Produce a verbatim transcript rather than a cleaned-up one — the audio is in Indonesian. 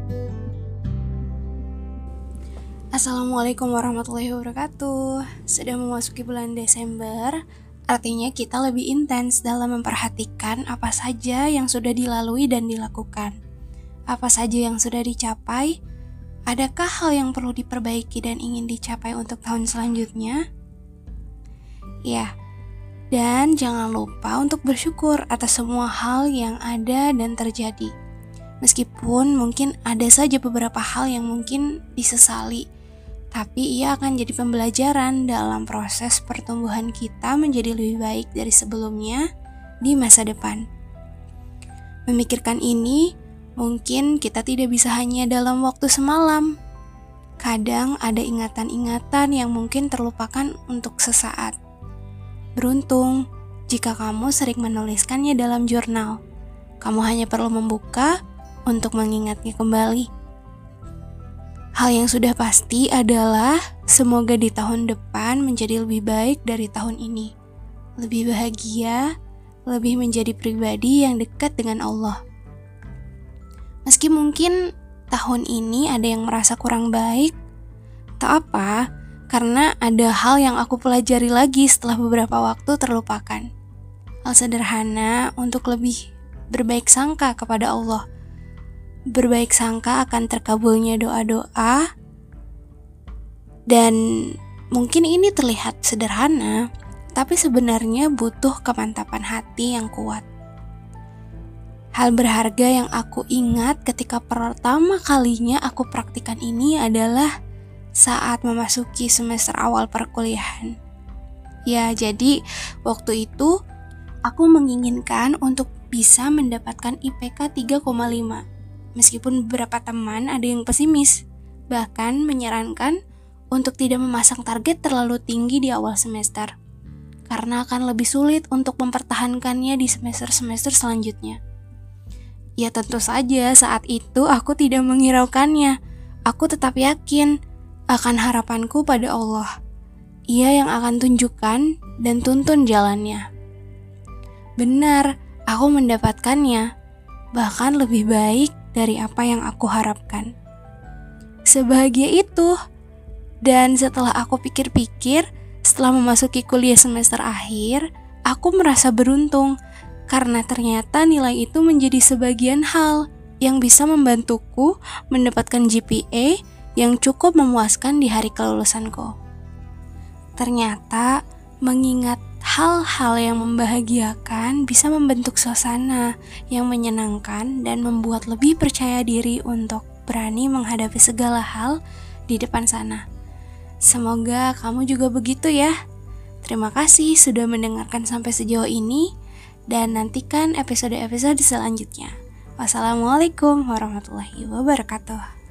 Assalamualaikum warahmatullahi wabarakatuh. Sudah memasuki bulan Desember, artinya kita lebih intens dalam memperhatikan apa saja yang sudah dilalui dan dilakukan. Apa saja yang sudah dicapai, adakah hal yang perlu diperbaiki dan ingin dicapai untuk tahun selanjutnya? Ya, dan jangan lupa untuk bersyukur atas semua hal yang ada dan terjadi. Meskipun mungkin ada saja beberapa hal yang mungkin disesali, tapi ia akan jadi pembelajaran dalam proses pertumbuhan kita menjadi lebih baik dari sebelumnya di masa depan. Memikirkan ini, mungkin kita tidak bisa hanya dalam waktu semalam. Kadang ada ingatan-ingatan yang mungkin terlupakan untuk sesaat. Beruntung jika kamu sering menuliskannya dalam jurnal. Kamu hanya perlu membuka untuk mengingatnya kembali. Hal yang sudah pasti adalah semoga di tahun depan menjadi lebih baik dari tahun ini. Lebih bahagia, lebih menjadi pribadi yang dekat dengan Allah. Meski mungkin tahun ini ada yang merasa kurang baik, tak apa, karena ada hal yang aku pelajari lagi setelah beberapa waktu terlupakan. Hal sederhana untuk lebih berbaik sangka kepada Allah. Berbaik sangka akan terkabulnya doa-doa. Dan mungkin ini terlihat sederhana, tapi sebenarnya butuh kemantapan hati yang kuat. Hal berharga yang aku ingat ketika pertama kalinya aku praktikan ini adalah saat memasuki semester awal perkuliahan. Ya, jadi waktu itu aku menginginkan untuk bisa mendapatkan I P K tiga koma lima. Meskipun beberapa teman ada yang pesimis, bahkan menyarankan untuk tidak memasang target terlalu tinggi di awal semester, karena akan lebih sulit untuk mempertahankannya di semester-semester selanjutnya. Ya tentu saja saat itu aku tidak menghiraukannya. Aku tetap yakin akan harapanku pada Allah. Ia yang akan tunjukkan dan tuntun jalannya. Benar, aku mendapatkannya, bahkan lebih baik dari apa yang aku harapkan. Sebahagia itu. Dan setelah aku pikir-pikir, setelah memasuki kuliah semester akhir, aku merasa beruntung karena ternyata nilai itu menjadi sebagian hal yang bisa membantuku mendapatkan G P A yang cukup memuaskan di hari kelulusanku. Ternyata mengingat hal-hal yang membahagiakan bisa membentuk suasana yang menyenangkan dan membuat lebih percaya diri untuk berani menghadapi segala hal di depan sana. Semoga kamu juga begitu ya. Terima kasih sudah mendengarkan sampai sejauh ini dan nantikan episode-episode selanjutnya. Wassalamualaikum warahmatullahi wabarakatuh.